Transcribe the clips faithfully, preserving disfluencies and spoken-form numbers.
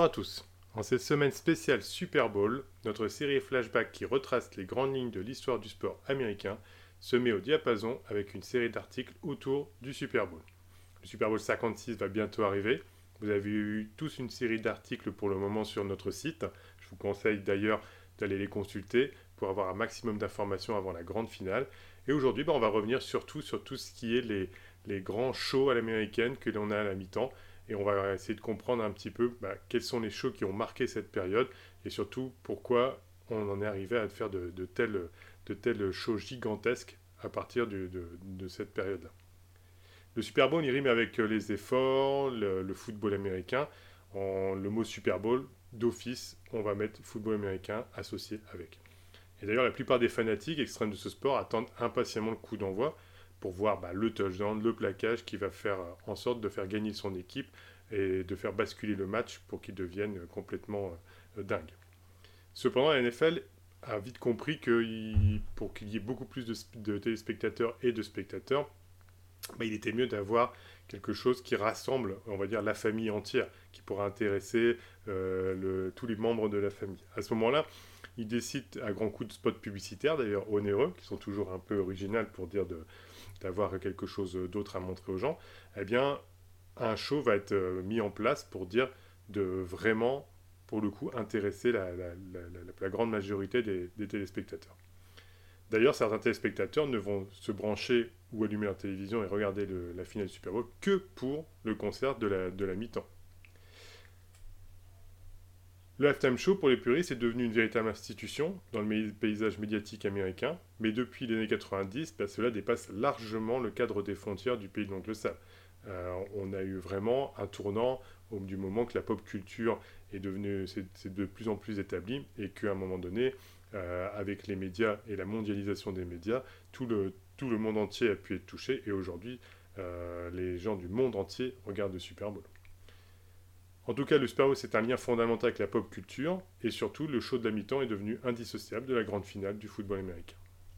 à tous. En cette semaine spéciale Super Bowl, notre série flashback qui retrace les grandes lignes de l'histoire du sport américain se met au diapason avec une série d'articles autour du Super Bowl. Le Super Bowl cinquante-six va bientôt arriver. Vous avez eu tous une série d'articles pour le moment sur notre site. Je vous conseille d'ailleurs d'aller les consulter pour avoir un maximum d'informations avant la grande finale. Et aujourd'hui, bah, on va revenir surtout sur tout ce qui est les, les grands shows à l'américaine que l'on a à la mi-temps. Et on va essayer de comprendre un petit peu bah, quels sont les shows qui ont marqué cette période et surtout pourquoi on en est arrivé à faire de, de, tels, de tels shows gigantesques à partir de, de, de cette période-là. Le Super Bowl, il rime avec les efforts, le, le football américain. En, le mot Super Bowl, d'office, on va mettre football américain associé avec. Et d'ailleurs, la plupart des fanatiques extrêmes de ce sport attendent impatiemment le coup d'envoi pour voir bah, le touchdown, le plaquage qui va faire en sorte de faire gagner son équipe et de faire basculer le match pour qu'il devienne complètement euh, dingue. Cependant, la N F L a vite compris que il, pour qu'il y ait beaucoup plus de, de téléspectateurs et de spectateurs, bah, il était mieux d'avoir quelque chose qui rassemble, on va dire, la famille entière, qui pourra intéresser euh, le, tous les membres de la famille. À ce moment-là, il décide à grands coups de spots publicitaires, d'ailleurs onéreux, qui sont toujours un peu originales pour dire de, d'avoir quelque chose d'autre à montrer aux gens, eh bien, un show va être mis en place pour dire de vraiment, pour le coup, intéresser la, la, la, la, la grande majorité des, des téléspectateurs. D'ailleurs, certains téléspectateurs ne vont se brancher ou allumer leur télévision et regarder le, la finale du Super Bowl que pour le concert de la, de la mi-temps. Le halftime show, pour les puristes, est devenu une véritable institution dans le paysage médiatique américain, mais depuis les années quatre-vingt-dix, bah, cela dépasse largement le cadre des frontières du pays de l'oncle Sam. Euh, on a eu vraiment un tournant au, du moment que la pop culture est devenue, c'est, c'est de plus en plus établie, et qu'à un moment donné, euh, avec les médias et la mondialisation des médias, tout le, tout le monde entier a pu être touché, et aujourd'hui, euh, les gens du monde entier regardent le Super Bowl. En tout cas, le Super Bowl, c'est un lien fondamental avec la pop culture, et surtout, le show de la mi-temps est devenu indissociable de la grande finale du football américain.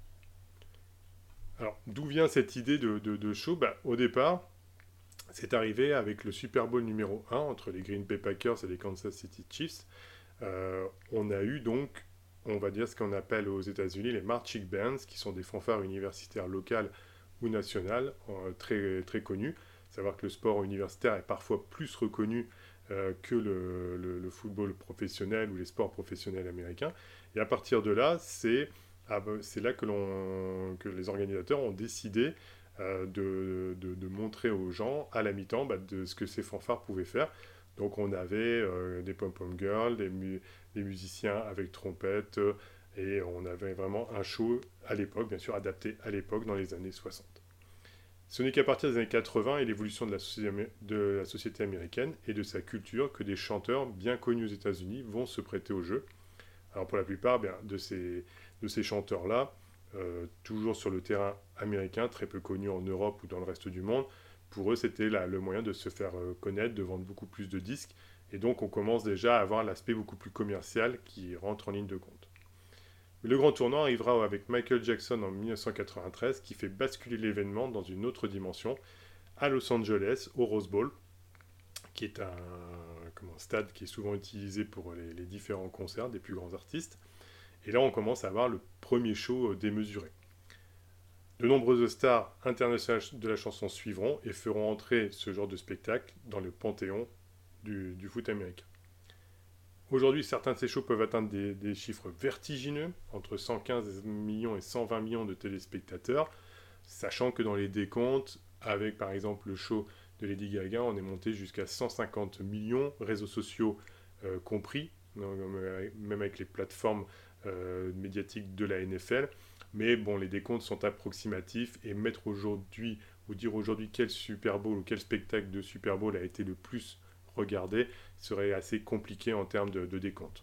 Alors, d'où vient cette idée de, de, de show bah, Au départ, c'est arrivé avec le Super Bowl numéro un entre les Green Bay Packers et les Kansas City Chiefs. Euh, on a eu donc, on va dire ce qu'on appelle aux États-Unis les marching bands, qui sont des fanfares universitaires locales ou nationales, euh, très, très connues. Savoir que le sport universitaire est parfois plus reconnu euh, que le, le, le football professionnel ou les sports professionnels américains. Et à partir de là, c'est, ah, c'est là que, l'on, que les organisateurs ont décidé euh, de, de, de montrer aux gens à la mi-temps bah, de ce que ces fanfares pouvaient faire. Donc on avait euh, des pom-pom girls, des, mu- des musiciens avec trompette, euh, et on avait vraiment un show à l'époque, bien sûr adapté à l'époque dans les années soixante. Ce n'est qu'à partir des années quatre-vingts et l'évolution de la, société, de la société américaine et de sa culture que des chanteurs bien connus aux États-Unis vont se prêter au jeu. Alors pour la plupart bien, de ces, de ces chanteurs-là, euh, toujours sur le terrain américain, très peu connus en Europe ou dans le reste du monde, pour eux c'était là, le moyen de se faire euh, connaître, de vendre beaucoup plus de disques, et donc on commence déjà à avoir l'aspect beaucoup plus commercial qui rentre en ligne de compte. Le grand tournant arrivera avec Michael Jackson en dix-neuf cent quatre-vingt-treize qui fait basculer l'événement dans une autre dimension à Los Angeles, au Rose Bowl, qui est un, comment, un stade qui est souvent utilisé pour les, les différents concerts des plus grands artistes. Et là, on commence à avoir le premier show démesuré. De nombreuses stars internationales de la chanson suivront et feront entrer ce genre de spectacle dans le panthéon du, du foot américain. Aujourd'hui, certains de ces shows peuvent atteindre des, des chiffres vertigineux, entre cent quinze millions et cent vingt millions de téléspectateurs, sachant que dans les décomptes, avec par exemple le show de Lady Gaga, on est monté jusqu'à cent cinquante millions, réseaux sociaux euh, compris, même avec les plateformes euh, médiatiques de la N F L. Mais bon, les décomptes sont approximatifs et mettre aujourd'hui, ou dire aujourd'hui quel Super Bowl ou quel spectacle de Super Bowl a été le plus regardé, serait assez compliqué en termes de, de décompte.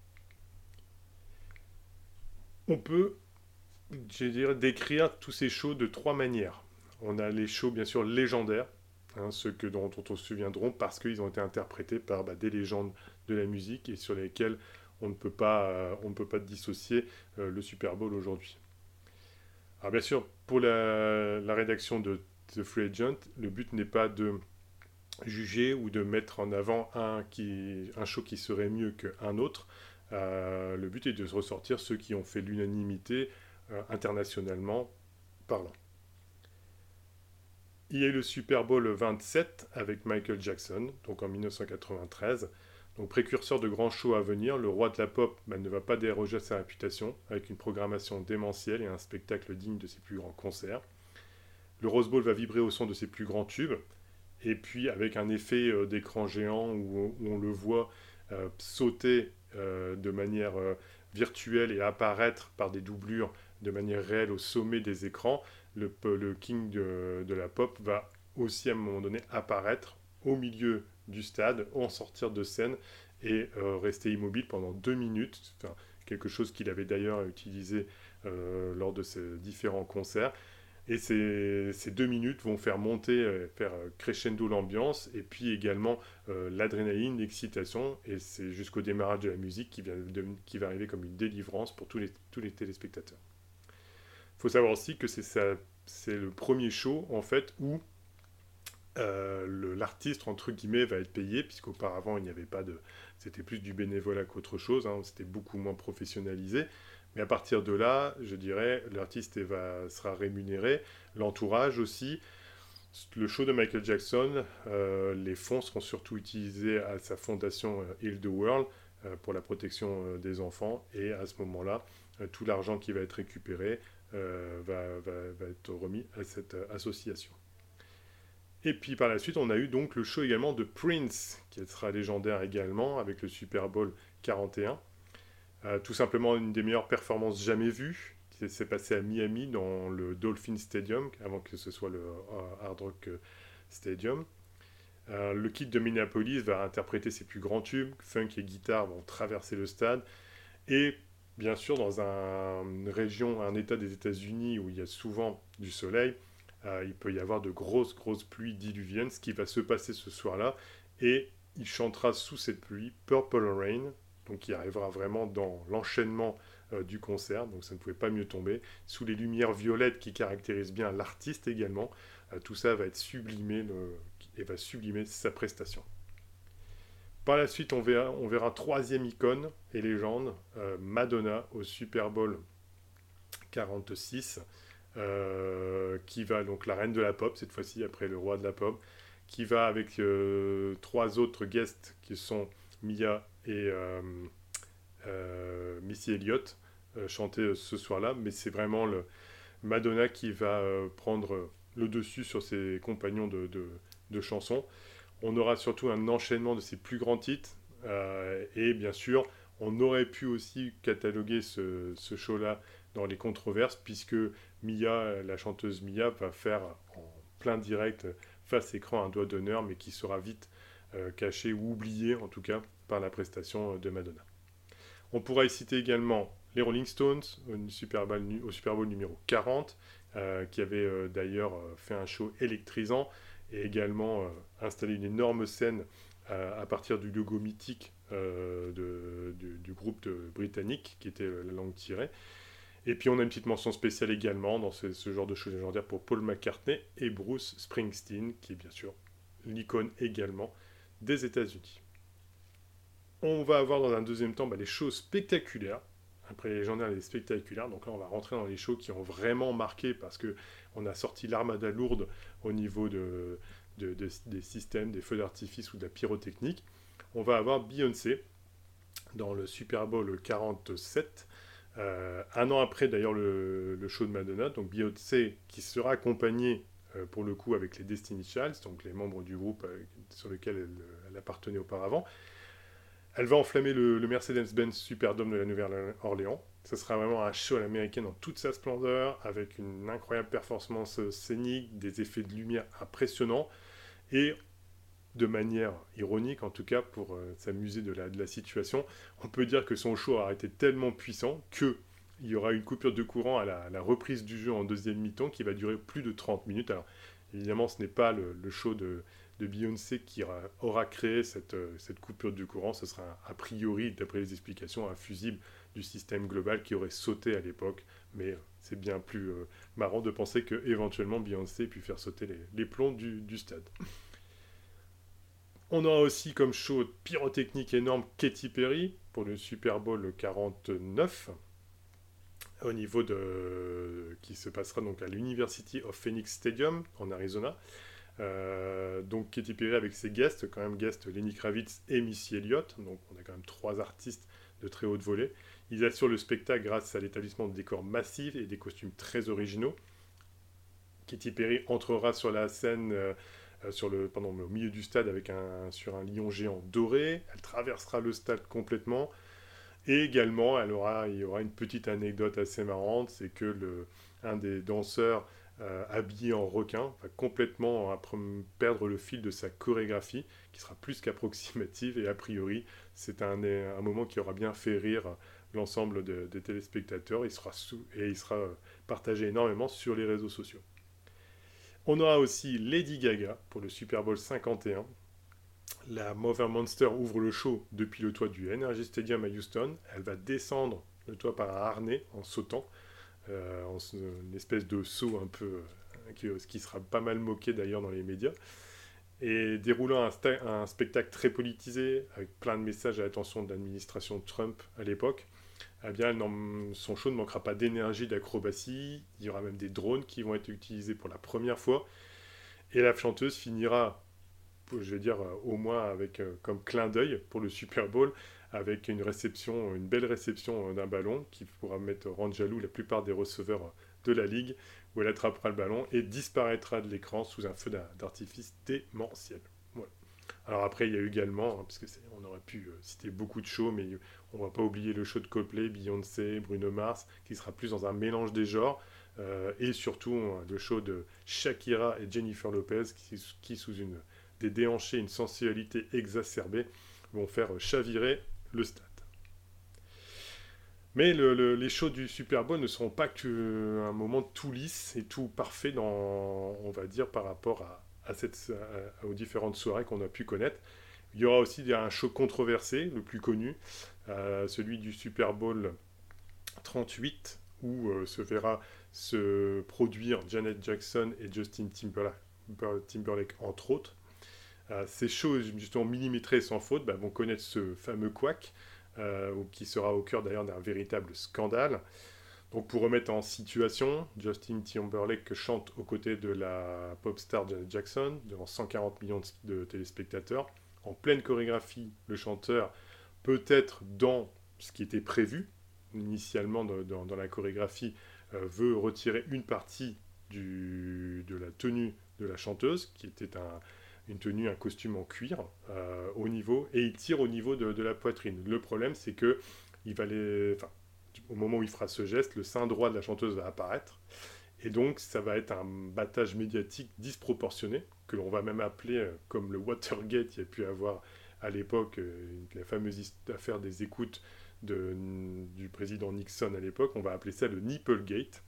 On peut, je dirais, décrire tous ces shows de trois manières. On a les shows, bien sûr, légendaires, hein, ceux que, dont, dont on se souviendront parce qu'ils ont été interprétés par bah, des légendes de la musique et sur lesquels on ne peut pas, euh, on ne peut pas dissocier euh, le Super Bowl aujourd'hui. Alors bien sûr, pour la, la rédaction de The Free Agent, le but n'est pas de juger ou de mettre en avant un, qui, un show qui serait mieux qu'un autre. Euh, le but est de ressortir ceux qui ont fait l'unanimité euh, internationalement parlant. Il y a eu le Super Bowl vingt-sept avec Michael Jackson, donc en mille neuf cent quatre-vingt-treize. Donc précurseur de grands shows à venir, le roi de la pop bah, ne va pas déroger à sa réputation, avec une programmation démentielle et un spectacle digne de ses plus grands concerts. Le Rose Bowl va vibrer au son de ses plus grands tubes, et puis avec un effet euh, d'écran géant où, où, on le voit euh, sauter euh, de manière euh, virtuelle et apparaître par des doublures de manière réelle au sommet des écrans, le, le king de, de la pop va aussi à un moment donné apparaître au milieu du stade, en sortir de scène et euh, rester immobile pendant deux minutes, enfin, quelque chose qu'il avait d'ailleurs utilisé euh, lors de ses différents concerts. Et ces, ces deux minutes vont faire monter, euh, faire crescendo l'ambiance, et puis également euh, l'adrénaline, l'excitation, et c'est jusqu'au démarrage de la musique qui, vient de, qui va arriver comme une délivrance pour tous les, tous les téléspectateurs. Il faut savoir aussi que c'est, ça, c'est le premier show, en fait, où euh, le, l'artiste, entre guillemets, va être payé, puisqu'auparavant, il n'y avait pas de... C'était plus du bénévolat qu'autre chose, hein, c'était beaucoup moins professionnalisé. Mais à partir de là, je dirais, l'artiste va, sera rémunéré, l'entourage aussi. Le show de Michael Jackson, euh, les fonds seront surtout utilisés à sa fondation euh, Heal the World euh, pour la protection euh, des enfants. Et à ce moment-là, euh, tout l'argent qui va être récupéré euh, va, va, va être remis à cette euh, association. Et puis par la suite, on a eu donc le show également de Prince, qui sera légendaire également, avec le Super Bowl quarante et un. Euh, tout simplement une des meilleures performances jamais vues, qui s'est passée à Miami, dans le Dolphin Stadium, avant que ce soit le euh, Hard Rock Stadium. Euh, le Kid de Minneapolis va interpréter ses plus grands tubes, funk et guitare vont traverser le stade, et bien sûr dans un, une région, un état des États-Unis où il y a souvent du soleil, euh, il peut y avoir de grosses, grosses pluies diluviennes, ce qui va se passer ce soir-là, et il chantera sous cette pluie Purple Rain, donc qui arrivera vraiment dans l'enchaînement euh, du concert, donc ça ne pouvait pas mieux tomber, sous les lumières violettes qui caractérisent bien l'artiste également, euh, tout ça va être sublimé le, et va sublimer sa prestation. Par la suite, on verra, on verra troisième icône et légende, euh, Madonna au Super Bowl quarante-six, euh, qui va, donc la reine de la pop, cette fois-ci, après le roi de la pop, qui va avec euh, trois autres guests qui sont Mia et euh, euh, Missy Elliott euh, chanter ce soir-là, mais c'est vraiment le Madonna qui va euh, prendre le dessus sur ses compagnons de, de, de chansons. On aura surtout un enchaînement de ses plus grands titres, euh, et bien sûr, on aurait pu aussi cataloguer ce, ce show-là dans les controverses, puisque Mia, la chanteuse Mia, va faire en plein direct face écran un doigt d'honneur, mais qui sera vite euh, caché ou oublié, en tout cas, par la prestation de Madonna. On pourra y citer également les Rolling Stones au Super Bowl, au Super Bowl numéro quarante, euh, qui avaient euh, d'ailleurs euh, fait un show électrisant et également euh, installé une énorme scène euh, à partir du logo mythique euh, de, du, du groupe de, britannique, qui était la langue tirée. Et puis on a une petite mention spéciale également dans ce, ce genre de show légendaire pour Paul McCartney et Bruce Springsteen, qui est bien sûr l'icône également des États-Unis. On va avoir dans un deuxième temps bah, les shows spectaculaires. Après les légendaires et les spectaculaires, donc là on va rentrer dans les shows qui ont vraiment marqué parce qu'on a sorti l'armada lourde au niveau de, de, de, des systèmes, des feux d'artifice ou de la pyrotechnique. On va avoir Beyoncé dans le Super Bowl quarante-sept, euh, un an après d'ailleurs le, le show de Madonna, donc Beyoncé qui sera accompagnée euh, pour le coup avec les Destiny Childs, donc les membres du groupe euh, sur lequel elle, elle appartenait auparavant. Elle va enflammer le, le Mercedes-Benz Superdome de la Nouvelle-Orléans. Ce sera vraiment un show à l'américaine dans toute sa splendeur, avec une incroyable performance scénique, des effets de lumière impressionnants, et de manière ironique, en tout cas, pour euh, s'amuser de la, de la situation, on peut dire que son show aura été tellement puissant qu'il y aura une coupure de courant à la, à la reprise du jeu en deuxième mi-temps qui va durer plus de trente minutes. Alors, évidemment, ce n'est pas le, le show de, de Beyoncé qui aura, aura créé cette, euh, cette coupure du courant. Ce sera a priori, d'après les explications, un fusible du système global qui aurait sauté à l'époque. Mais c'est bien plus euh, marrant de penser qu'éventuellement Beyoncé ait pu faire sauter les, les plombs du, du stade. On aura aussi comme show pyrotechnique énorme Katy Perry pour le Super Bowl quarante-neuf au niveau de qui se passera donc à l'University of Phoenix Stadium en Arizona. Euh, donc Katy Perry avec ses guests, quand même guests Lenny Kravitz et Missy Elliott, donc on a quand même trois artistes de très haute volée. Ils assurent le spectacle grâce à l'établissement de décors massifs et des costumes très originaux. Katy Perry entrera sur la scène euh, sur le, pardon, au milieu du stade avec un, sur un lion géant doré. Elle traversera le stade complètement. Et également, elle aura, il y aura une petite anecdote assez marrante, c'est que le, un des danseurs euh, habillé en requin va complètement perdre le fil de sa chorégraphie, qui sera plus qu'approximative, et a priori, c'est un, un moment qui aura bien fait rire l'ensemble de, des téléspectateurs, il sera sous, et il sera partagé énormément sur les réseaux sociaux. On aura aussi Lady Gaga pour le Super Bowl cinquante et un. La Mother Monster ouvre le show depuis le toit du N R J Stadium à Houston. Elle va descendre le toit par un harnais en sautant, euh, en, une espèce de saut un peu, euh, qui, qui sera pas mal moqué d'ailleurs dans les médias. Et déroulant un, sta- un spectacle très politisé, avec plein de messages à l'attention de l'administration Trump à l'époque, eh bien, son show ne manquera pas d'énergie, d'acrobatie. Il y aura même des drones qui vont être utilisés pour la première fois. Et la chanteuse finira, je vais dire, au moins avec euh, comme clin d'œil pour le Super Bowl, avec une réception, une belle réception d'un ballon qui pourra mettre rendre jaloux la plupart des receveurs de la ligue, où elle attrapera le ballon et disparaîtra de l'écran sous un feu d'artifice démentiel. Voilà. Alors après, il y a eu également, hein, parce que on aurait pu euh, citer beaucoup de shows, mais on ne va pas oublier le show de Coldplay, Beyoncé, Bruno Mars, qui sera plus dans un mélange des genres, euh, et surtout hein, le show de Shakira et Jennifer Lopez, qui, qui sous une, des déhanchés, une sensualité exacerbée, vont faire chavirer le stade. Mais le, le, les shows du Super Bowl ne seront pas qu'un moment tout lisse et tout parfait, dans, on va dire, par rapport à, à cette, à, aux différentes soirées qu'on a pu connaître. Il y aura aussi un show controversé, le plus connu, euh, celui du Super Bowl trente-huit, où euh, se verra se produire Janet Jackson et Justin Timberlake, Timberlake entre autres. Euh, ces shows, justement millimétrés sans faute, bah, vont connaître ce fameux couac, euh, qui sera au cœur d'ailleurs d'un véritable scandale. Donc pour remettre en situation, Justin Timberlake chante aux côtés de la pop star Janet Jackson devant cent quarante millions de téléspectateurs. En pleine chorégraphie, le chanteur peut être dans ce qui était prévu initialement dans, dans, dans la chorégraphie, euh, veut retirer une partie du, de la tenue de la chanteuse, qui était un, une tenue, un costume en cuir, euh, au niveau, et il tire au niveau de, de la poitrine. Le problème, c'est que il va les, enfin, au moment où il fera ce geste, le sein droit de la chanteuse va apparaître. Et donc, ça va être un battage médiatique disproportionné, que l'on va même appeler, euh, comme le Watergate, il y a pu avoir à l'époque, euh, la fameuse affaire des écoutes de, du président Nixon à l'époque, on va appeler ça le Nipplegate.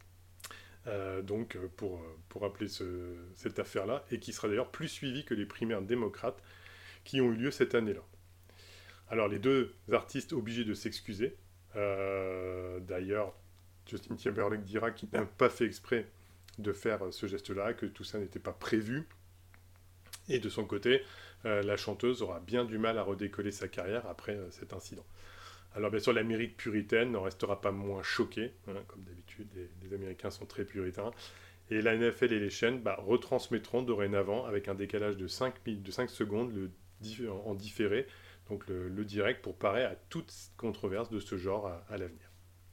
Euh, donc, pour, pour appeler ce, cette affaire-là, et qui sera d'ailleurs plus suivie que les primaires démocrates qui ont eu lieu cette année-là. Alors, les deux artistes obligés de s'excuser. Euh, d'ailleurs, Justin Timberlake dira qu'il n'a pas fait exprès de faire ce geste-là, que tout ça n'était pas prévu. Et de son côté, euh, la chanteuse aura bien du mal à redécoller sa carrière après euh, cet incident. Alors bien sûr, l'Amérique puritaine n'en restera pas moins choquée, hein, comme d'habitude, les, les Américains sont très puritains. Et la N F L et les chaînes bah, retransmettront dorénavant, avec un décalage de cinq, de cinq secondes, le, en différé, donc le, le direct, pour parer à toute controverse de ce genre à, à l'avenir.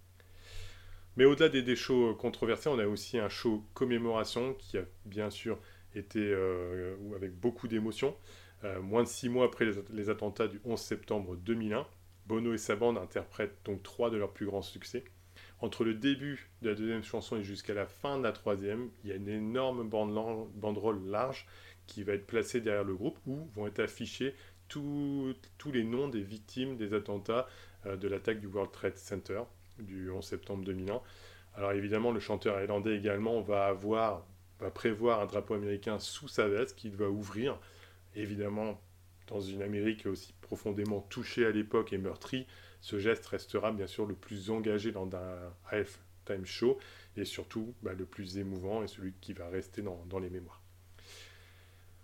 Mais au-delà des, des shows controversés, on a aussi un show commémoration qui a bien sûr été euh, avec beaucoup d'émotion. Euh, moins de six mois après les, les attentats du onze septembre deux mille un, Bono et sa bande interprètent donc trois de leurs plus grands succès. Entre le début de la deuxième chanson et jusqu'à la fin de la troisième, il y a une énorme banderole large qui va être placée derrière le groupe où vont être affichés tous les noms des victimes des attentats euh, de l'attaque du World Trade Center du onze septembre deux mille un. Alors évidemment, le chanteur irlandais également va avoir, va prévoir un drapeau américain sous sa veste qu'il va ouvrir. Évidemment, dans une Amérique aussi profondément touchée à l'époque et meurtrie, ce geste restera bien sûr le plus engagé dans un halftime show et surtout bah, le plus émouvant et celui qui va rester dans, dans les mémoires.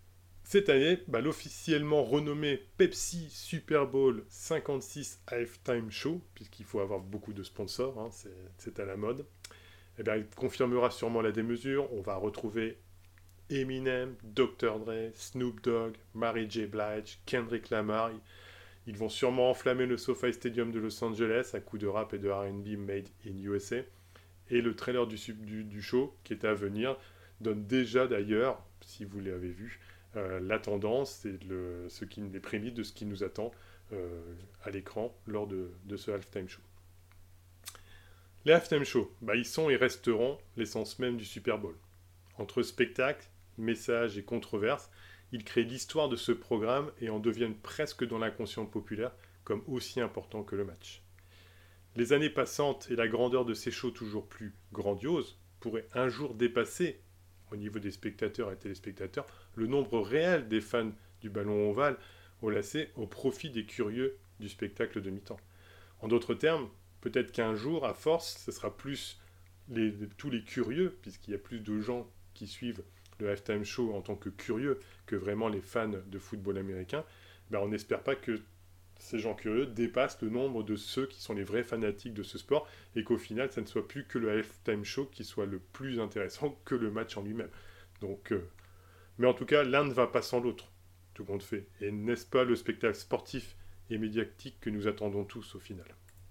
Cette année, bah, l'officiellement renommé Pepsi Super Bowl cinquante-six Halftime Show, puisqu'il faut avoir beaucoup de sponsors, hein, c'est, c'est à la mode, eh bien, il confirmera sûrement la démesure. On va retrouver Eminem, docteur Dre, Snoop Dogg, Mary J. Blige, Kendrick Lamar. Ils vont sûrement enflammer le SoFi Stadium de Los Angeles à coups de rap et de R and B made in U S A. Et le trailer du, du, du show, qui est à venir, donne déjà d'ailleurs, si vous l'avez vu, euh, la tendance et le, ce qui, les prémices de ce qui nous attend euh, à l'écran lors de, de ce halftime show. Les halftime shows, bah, ils sont et resteront l'essence même du Super Bowl. Entre spectacle, message et controverse, ils créent l'histoire de ce programme et en deviennent presque dans l'inconscient populaire comme aussi important que le match. Les années passantes et la grandeur de ces shows toujours plus grandioses pourraient un jour dépasser, au niveau des spectateurs et téléspectateurs, le nombre réel des fans du ballon ovale au lacet au profit des curieux du spectacle de mi-temps. En d'autres termes, peut-être qu'un jour, à force, ce sera plus les, tous les curieux, puisqu'il y a plus de gens qui suivent le halftime show en tant que curieux que vraiment les fans de football américain. Ben on n'espère pas que ces gens curieux dépassent le nombre de ceux qui sont les vrais fanatiques de ce sport et qu'au final, ça ne soit plus que le halftime show qui soit le plus intéressant que le match en lui-même. Donc, euh... mais en tout cas, l'un ne va pas sans l'autre, tout compte fait. Et n'est-ce pas le spectacle sportif et médiatique que nous attendons tous au final ?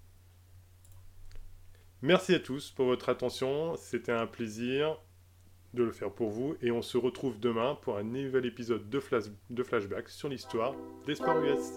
Merci à tous pour votre attention, c'était un plaisir de le faire pour vous et on se retrouve demain pour un nouvel épisode de, flash, de Flashback sur l'histoire des sports U S.